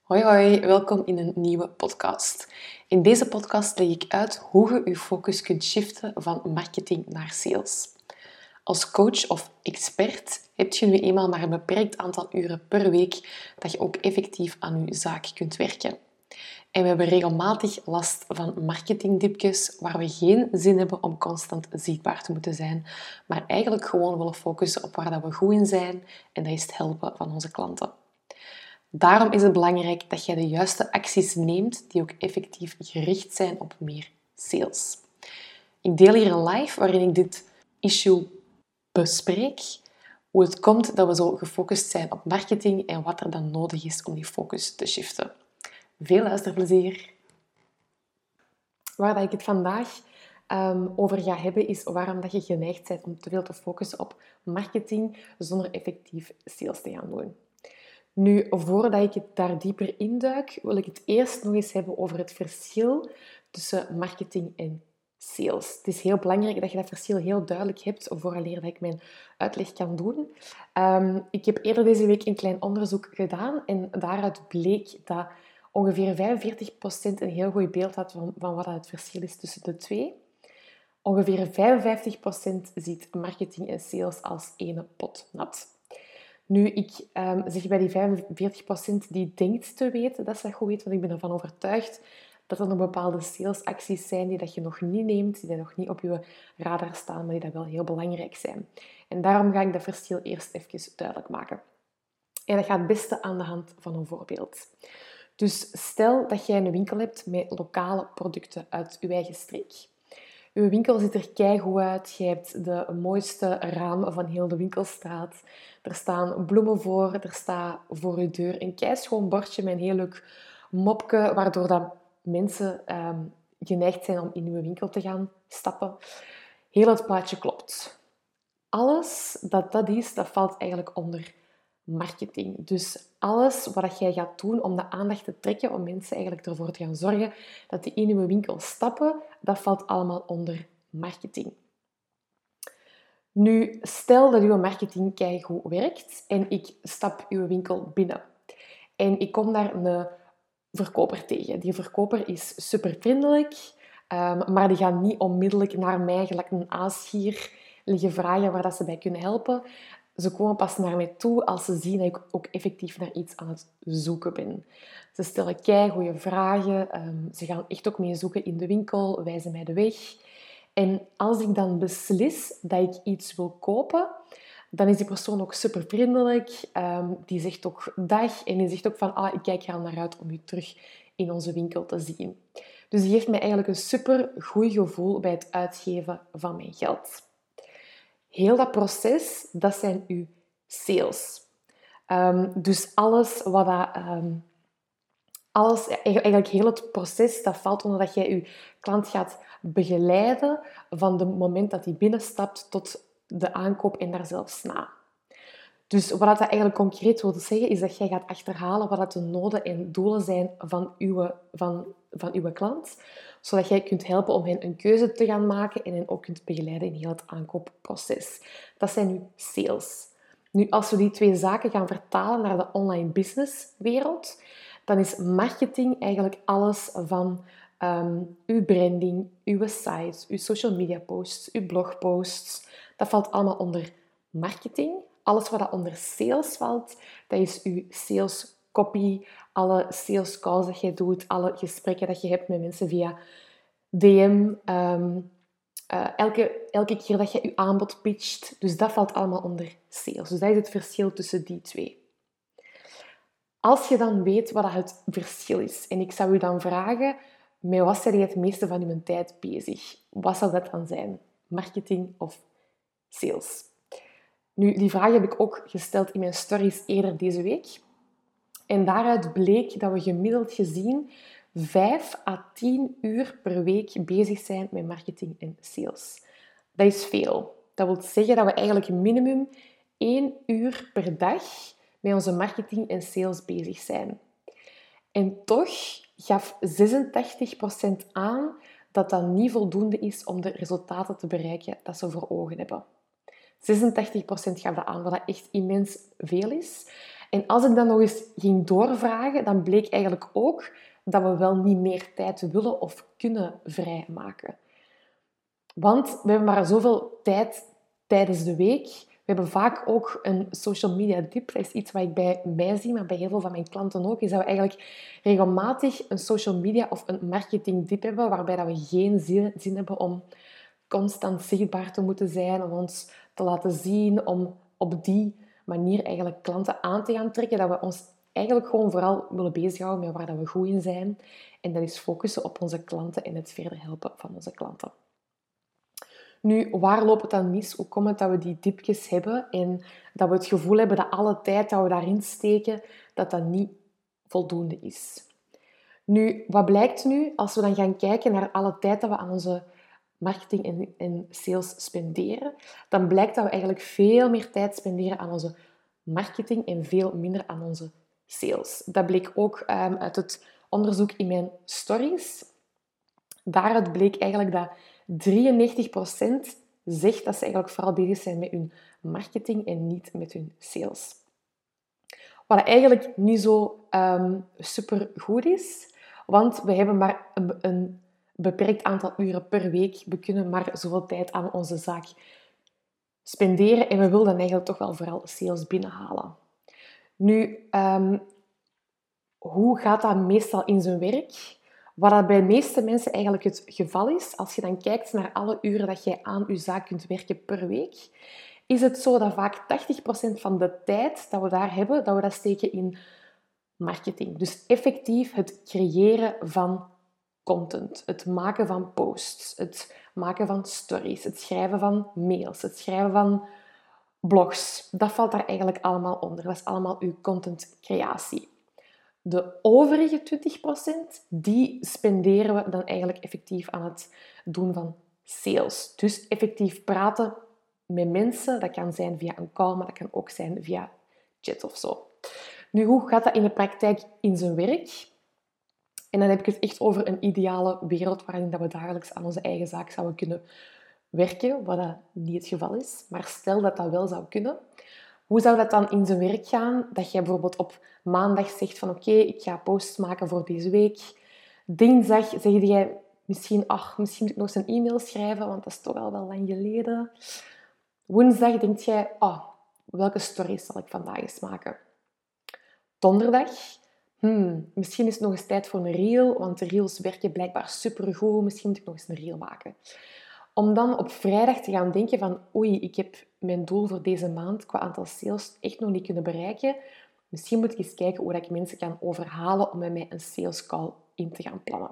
Hoi hoi, welkom in een nieuwe podcast. In deze podcast leg ik uit hoe je je focus kunt shiften van marketing naar sales. Als coach of expert heb je nu eenmaal maar een beperkt aantal uren per week dat je ook effectief aan je zaak kunt werken. En we hebben regelmatig last van marketingdipjes waar we geen zin hebben om constant zichtbaar te moeten zijn, maar eigenlijk gewoon willen focussen op waar we goed in zijn en dat is het helpen van onze klanten. Daarom is het belangrijk dat jij de juiste acties neemt die ook effectief gericht zijn op meer sales. Ik deel hier een live waarin ik dit issue bespreek, hoe het komt dat we zo gefocust zijn op marketing en wat er dan nodig is om die focus te shiften. Veel luisterplezier! Waar ik het vandaag over ga hebben is waarom dat je geneigd bent om te veel te focussen op marketing zonder effectief sales te gaan doen. Nu, voordat ik het daar dieper induik, wil ik het eerst nog eens hebben over het verschil tussen marketing en sales. Het is heel belangrijk dat je dat verschil heel duidelijk hebt, vooraleer dat ik mijn uitleg kan doen. Ik heb eerder deze week een klein onderzoek gedaan en daaruit bleek dat ongeveer 45% een heel goed beeld had van wat het verschil is tussen de twee. Ongeveer 55% ziet marketing en sales als één pot nat. Nu, ik zeg bij die 45% die denkt te weten dat ze dat goed weet, want ik ben ervan overtuigd dat er nog bepaalde salesacties zijn die dat je nog niet neemt, die nog niet op je radar staan, maar die dat wel heel belangrijk zijn. En daarom ga ik dat verschil eerst even duidelijk maken. En dat gaat het beste aan de hand van een voorbeeld. Dus stel dat jij een winkel hebt met lokale producten uit je eigen streek. Uw winkel ziet er keigoed uit. Je hebt de mooiste ramen van heel de winkelstraat. Er staan bloemen voor. Er staat voor uw deur een keischoon bordje met een heel leuk mopje, waardoor dat mensen geneigd zijn om in uw winkel te gaan stappen. Heel het plaatje klopt. Alles dat is, dat valt eigenlijk onder marketing. Dus alles wat jij gaat doen om de aandacht te trekken, om mensen eigenlijk ervoor te gaan zorgen dat die in uw winkel stappen, dat valt allemaal onder marketing. Nu, stel dat uw marketing keigoed werkt en ik stap uw winkel binnen. En ik kom daar een verkoper tegen. Die verkoper is super vriendelijk, maar die gaat niet onmiddellijk naar mij, gelijk een aasgier, liggen vragen waar dat ze bij kunnen helpen. Ze komen pas naar mij toe als ze zien dat ik ook effectief naar iets aan het zoeken ben. Ze stellen keigoeie vragen. Ze gaan echt ook mee zoeken in de winkel, wijzen mij de weg. En als ik dan beslis dat ik iets wil kopen, dan is die persoon ook super vriendelijk. Die zegt ook dag en die zegt ook van ik kijk er al naar uit om u terug in onze winkel te zien. Dus die geeft mij eigenlijk een super goed gevoel bij het uitgeven van mijn geld. Heel dat proces, dat zijn uw sales. Dus eigenlijk heel het proces, dat valt onder dat jij je klant gaat begeleiden van het moment dat hij binnenstapt tot de aankoop en daar zelfs na. Dus wat dat eigenlijk concreet wil zeggen, is dat jij gaat achterhalen wat de noden en doelen zijn van uw klant, zodat jij kunt helpen om hen een keuze te gaan maken en hen ook kunt begeleiden in heel het aankoopproces. Dat zijn nu sales. Nu, als we die twee zaken gaan vertalen naar de online businesswereld, dan is marketing eigenlijk alles van uw branding, uw site, uw social media posts, uw blogposts. Dat valt allemaal onder marketing. Alles wat onder sales valt, dat is uw sales copy, alle sales calls dat je doet, alle gesprekken dat je hebt met mensen via DM, elke keer dat je je aanbod pitcht. Dus dat valt allemaal onder sales. Dus dat is het verschil tussen die twee. Als je dan weet wat het verschil is, en ik zou je dan vragen, met wat ben je het meeste van je tijd bezig? Wat zou dat dan zijn? Marketing of sales? Nu, die vraag heb ik ook gesteld in mijn stories eerder deze week. En daaruit bleek dat we gemiddeld gezien 5 à 10 uur per week bezig zijn met marketing en sales. Dat is veel. Dat wil zeggen dat we eigenlijk minimum 1 uur per dag met onze marketing en sales bezig zijn. En toch gaf 86% aan dat dat niet voldoende is om de resultaten te bereiken dat ze voor ogen hebben. 86% gaf dat aan, wat dat echt immens veel is. En als ik dan nog eens ging doorvragen, dan bleek eigenlijk ook dat we wel niet meer tijd willen of kunnen vrijmaken. Want we hebben maar zoveel tijd tijdens de week. We hebben vaak ook een social media dip. Dat is iets wat ik bij mij zie, maar bij heel veel van mijn klanten ook. Is dat we eigenlijk regelmatig een social media of een marketing dip hebben, waarbij dat we geen zin hebben om constant zichtbaar te moeten zijn, om ons te laten zien, om op die manier eigenlijk klanten aan te gaan trekken. Dat we ons eigenlijk gewoon vooral willen bezighouden met waar dat we goed in zijn. En dat is focussen op onze klanten en het verder helpen van onze klanten. Nu, waar loopt het dan mis? Hoe komt het dat we die dipjes hebben en dat we het gevoel hebben dat alle tijd dat we daarin steken, dat dat niet voldoende is? Nu, wat blijkt nu als we dan gaan kijken naar alle tijd dat we aan onze marketing en sales spenderen? Dan blijkt dat we eigenlijk veel meer tijd spenderen aan onze marketing en veel minder aan onze sales. Dat bleek ook uit het onderzoek in mijn stories. Daaruit bleek eigenlijk dat 93% zegt dat ze eigenlijk vooral bezig zijn met hun marketing en niet met hun sales. Wat eigenlijk niet zo super goed is, want we hebben maar een beperkt aantal uren per week. We kunnen maar zoveel tijd aan onze zaak spenderen en we willen dan eigenlijk toch wel vooral sales binnenhalen. Nu, hoe gaat dat meestal in zijn werk? Wat dat bij de meeste mensen eigenlijk het geval is, als je dan kijkt naar alle uren dat jij aan je zaak kunt werken per week, is het zo dat vaak 80% van de tijd dat we daar hebben, dat we dat steken in marketing. Dus effectief het creëren van content, het maken van posts, het maken van stories, het schrijven van mails, het schrijven van blogs. Dat valt daar eigenlijk allemaal onder. Dat is allemaal uw contentcreatie. De overige 20%, die spenderen we dan eigenlijk effectief aan het doen van sales. Dus effectief praten met mensen. Dat kan zijn via een call, maar dat kan ook zijn via chat of zo. Nu, hoe gaat dat in de praktijk in zijn werk? En dan heb ik het echt over een ideale wereld waarin we dagelijks aan onze eigen zaak zouden kunnen werken, wat dat niet het geval is. Maar stel dat dat wel zou kunnen. Hoe zou dat dan in zijn werk gaan? Dat jij bijvoorbeeld op maandag zegt van oké, ik ga posts maken voor deze week. Dinsdag zeg jij misschien moet ik nog eens een e-mail schrijven, want dat is toch al wel lang geleden. Woensdag denk jij, welke stories zal ik vandaag eens maken? Donderdag, misschien is het nog eens tijd voor een reel, want de reels werken blijkbaar supergoed. Misschien moet ik nog eens een reel maken. Om dan op vrijdag te gaan denken van oei, ik heb mijn doel voor deze maand qua aantal sales echt nog niet kunnen bereiken. Misschien moet ik eens kijken hoe ik mensen kan overhalen om met mij een sales call in te gaan plannen.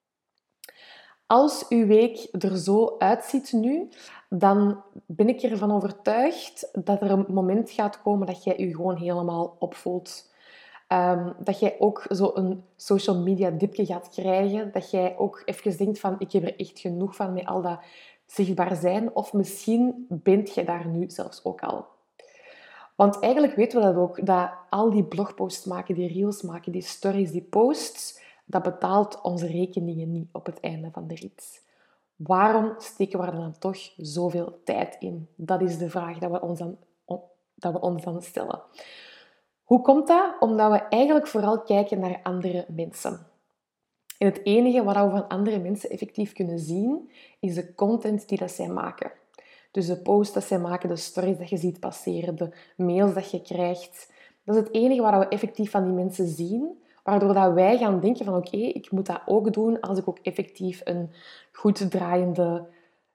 Als uw week er zo uitziet nu, dan ben ik ervan overtuigd dat er een moment gaat komen dat jij je gewoon helemaal opvoelt. Dat jij ook zo'n social media dipje gaat krijgen. Dat jij ook even denkt van ik heb er echt genoeg van met al dat zichtbaar zijn. Of misschien bent je daar nu zelfs ook al. Want eigenlijk weten we dat ook, dat al die blogposts maken, die reels maken, die stories, die posts, dat betaalt onze rekeningen niet op het einde van de rit. Waarom steken we er dan toch zoveel tijd in? Dat is de vraag dat we ons dan stellen. Hoe komt dat? Omdat we eigenlijk vooral kijken naar andere mensen. En het enige wat we van andere mensen effectief kunnen zien, is de content die dat zij maken. Dus de posts dat zij maken, de stories dat je ziet passeren, de mails dat je krijgt. Dat is het enige wat we effectief van die mensen zien, waardoor dat wij gaan denken van oké, ik moet dat ook doen als ik ook effectief een goed draaiende...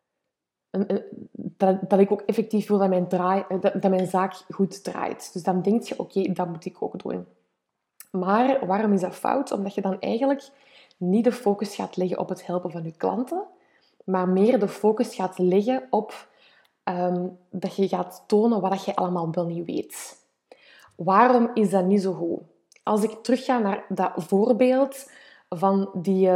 Dat ik ook effectief wil dat mijn zaak goed draait. Dus dan denk je, oké, dat moet ik ook doen. Maar waarom is dat fout? Omdat je dan eigenlijk niet de focus gaat leggen op het helpen van je klanten, maar meer de focus gaat leggen op dat je gaat tonen wat je allemaal wel niet weet. Waarom is dat niet zo goed? Als ik terugga naar dat voorbeeld van die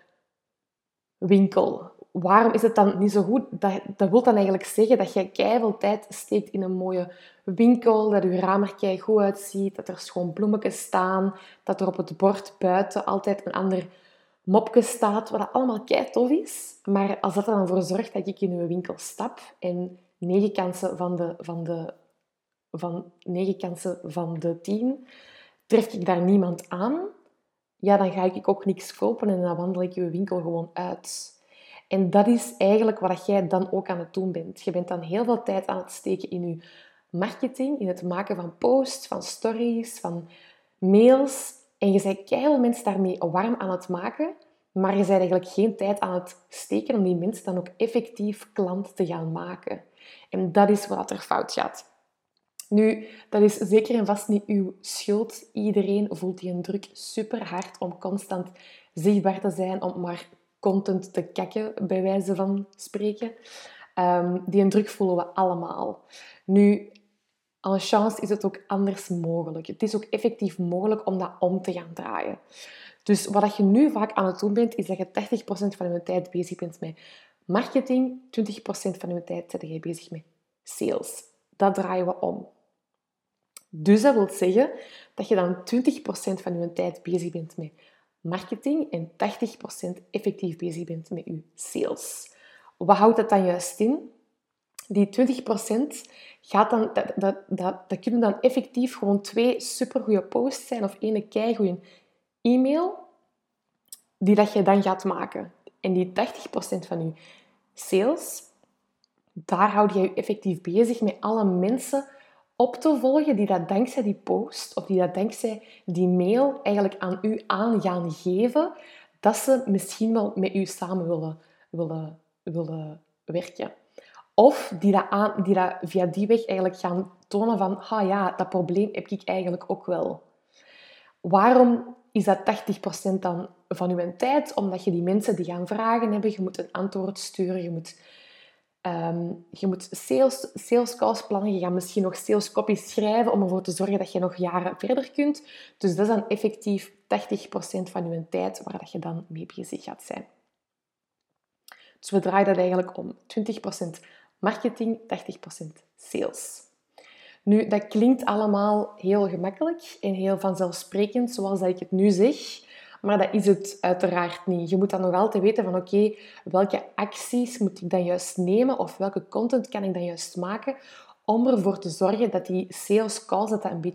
winkel. Waarom is het dan niet zo goed? Dat wil dan eigenlijk zeggen dat je keiveel tijd steekt in een mooie winkel, dat je raam er goed uitziet, dat er schoon bloemetjes staan, dat er op het bord buiten altijd een ander mopje staat, wat allemaal keitof is. Maar als dat er dan voor zorgt dat ik in uw winkel stap en 9 kansen van de van 9 kansen van de 10 tref ik daar niemand aan, ja, dan ga ik ook niks kopen en dan wandel ik je winkel gewoon uit. En dat is eigenlijk wat jij dan ook aan het doen bent. Je bent dan heel veel tijd aan het steken in je marketing, in het maken van posts, van stories, van mails. En je bent keihard mensen daarmee warm aan het maken, maar je bent eigenlijk geen tijd aan het steken om die mensen dan ook effectief klant te gaan maken. En dat is wat er fout gaat. Nu, dat is zeker en vast niet uw schuld. Iedereen voelt die een druk super hard om constant zichtbaar te zijn, om maar content te kakken, bij wijze van spreken. Die een druk voelen we allemaal. Nu, en chance is het ook anders mogelijk. Het is ook effectief mogelijk om dat om te gaan draaien. Dus wat je nu vaak aan het doen bent, is dat je 80% van je tijd bezig bent met marketing, 20% van je tijd ben je bezig met sales. Dat draaien we om. Dus dat wil zeggen dat je dan 20% van je tijd bezig bent met marketing en 80% effectief bezig bent met je sales. Wat houdt dat dan juist in? Die 20% gaat dan, dat kunnen dan effectief gewoon 2 supergoeie posts zijn of 1 keigoeie e-mail die dat je dan gaat maken. En die 80% van je sales, daar houd je je effectief bezig met alle mensen op te volgen die dat dankzij die post of die dat dankzij die mail eigenlijk aan u aan gaan geven dat ze misschien wel met u samen willen werken. Of die dat via die weg eigenlijk gaan tonen van ja, dat probleem heb ik eigenlijk ook wel. Waarom is dat 80% dan van uw tijd? Omdat je die mensen die gaan vragen hebben, je moet een antwoord sturen, je moet sales calls plannen. Je gaat misschien nog sales copies schrijven om ervoor te zorgen dat je nog jaren verder kunt. Dus dat is dan effectief 80% van je tijd waar dat je dan mee bezig gaat zijn. Dus we draaien dat eigenlijk om. 20% marketing, 80% sales. Nu, dat klinkt allemaal heel gemakkelijk en heel vanzelfsprekend, zoals dat ik het nu zeg. Maar dat is het uiteraard niet. Je moet dan nog altijd weten van oké, welke acties moet ik dan juist nemen of welke content kan ik dan juist maken om ervoor te zorgen dat die sales calls dat een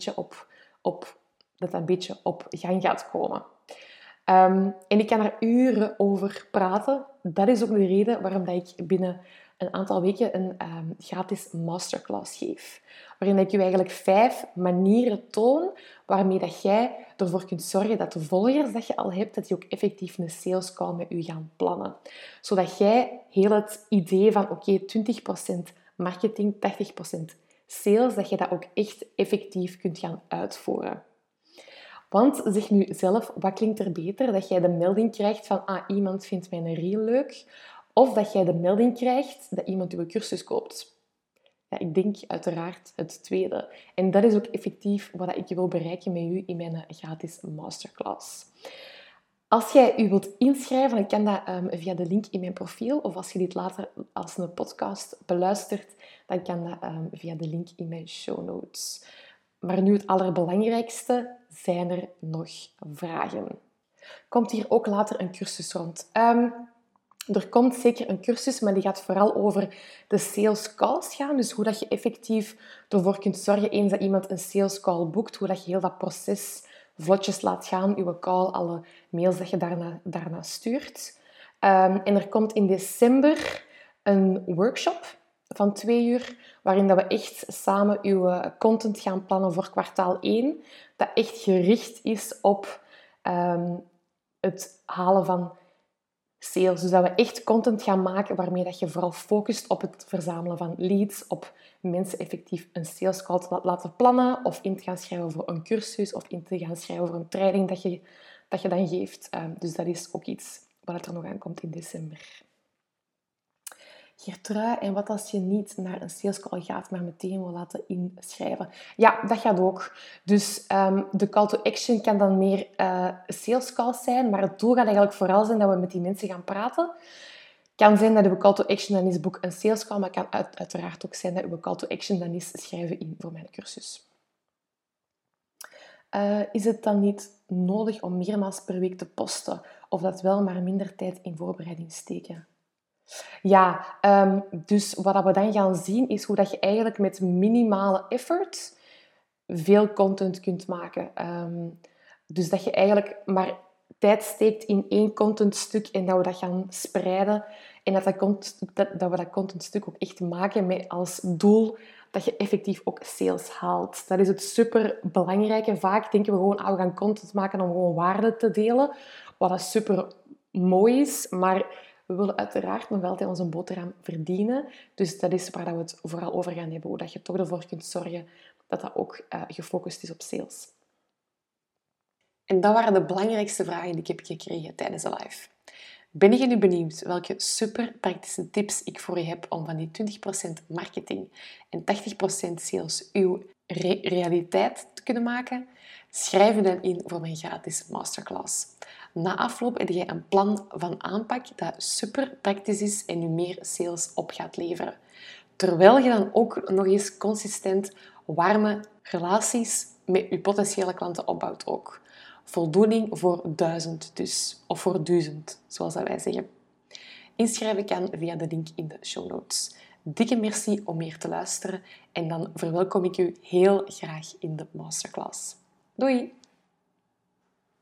beetje op gang gaat komen. En ik kan er uren over praten. Dat is ook de reden waarom dat ik binnen een aantal weken een gratis masterclass geef. Waarin ik je eigenlijk 5 manieren toon waarmee dat jij ervoor kunt zorgen dat de volgers dat je al hebt, dat die ook effectief een sales call met u gaan plannen. Zodat jij heel het idee van oké, 20% marketing, 80% sales, dat je dat ook echt effectief kunt gaan uitvoeren. Want zeg nu zelf, wat klinkt er beter? Dat jij de melding krijgt van iemand vindt mijn reel leuk. Of dat jij de melding krijgt dat iemand uw cursus koopt. Ja, ik denk uiteraard het tweede. En dat is ook effectief wat ik wil bereiken met u in mijn gratis masterclass. Als jij u wilt inschrijven, dan kan dat via de link in mijn profiel. Of als je dit later als een podcast beluistert, dan kan dat via de link in mijn show notes. Maar nu het allerbelangrijkste, zijn er nog vragen? Komt hier ook later een cursus rond? Er komt zeker een cursus, maar die gaat vooral over de sales calls gaan. Dus hoe dat je effectief ervoor kunt zorgen, eens dat iemand een sales call boekt, hoe dat je heel dat proces vlotjes laat gaan, uw call, alle mails dat je daarna stuurt. En er komt in december een workshop van 2 uur, waarin dat we echt samen uw content gaan plannen voor kwartaal 1. Dat echt gericht is op het halen van sales. Dus dat we echt content gaan maken waarmee dat je vooral focust op het verzamelen van leads, op mensen effectief een sales call te laten plannen of in te gaan schrijven voor een cursus of in te gaan schrijven voor een training dat je dan geeft. Dus dat is ook iets wat er nog aan komt in december. Geertrui, en wat als je niet naar een sales call gaat, maar meteen wil laten inschrijven? Ja, dat gaat ook. Dus de call to action kan dan meer sales calls zijn, maar het doel gaat eigenlijk vooral zijn dat we met die mensen gaan praten. Het kan zijn dat uw call to action dan is boek een sales call, maar het kan uiteraard ook zijn dat uw call to action dan is schrijven in voor mijn cursus. Is het dan niet nodig om meermaals per week te posten? Of dat wel, maar minder tijd in voorbereiding steken? Ja, dus wat we dan gaan zien is hoe dat je eigenlijk met minimale effort veel content kunt maken. Dus dat je eigenlijk maar tijd steekt in één contentstuk en dat we dat gaan spreiden. En dat we dat contentstuk ook echt maken met als doel dat je effectief ook sales haalt. Dat is het super belangrijke. Vaak denken we gewoon, we gaan content maken om gewoon waarde te delen. Wat dat super mooi is, maar we willen uiteraard nog altijd onze boterham verdienen. Dus dat is waar we het vooral over gaan hebben. Hoe dat je toch ervoor kunt zorgen dat dat ook gefocust is op sales. En dat waren de belangrijkste vragen die ik heb gekregen tijdens de live. Ben je nu benieuwd welke super praktische tips ik voor je heb om van die 20% marketing en 80% sales uw realiteit te kunnen maken? Schrijf je dan in voor mijn gratis masterclass. Na afloop heb je een plan van aanpak dat super praktisch is en je meer sales op gaat leveren. Terwijl je dan ook nog eens consistent warme relaties met je potentiële klanten opbouwt ook. Voldoening voor 1000 dus. Of voor 1000, zoals wij zeggen. Inschrijven kan via de link in de show notes. Dikke merci om hier te luisteren en dan verwelkom ik u heel graag in de masterclass. Doei!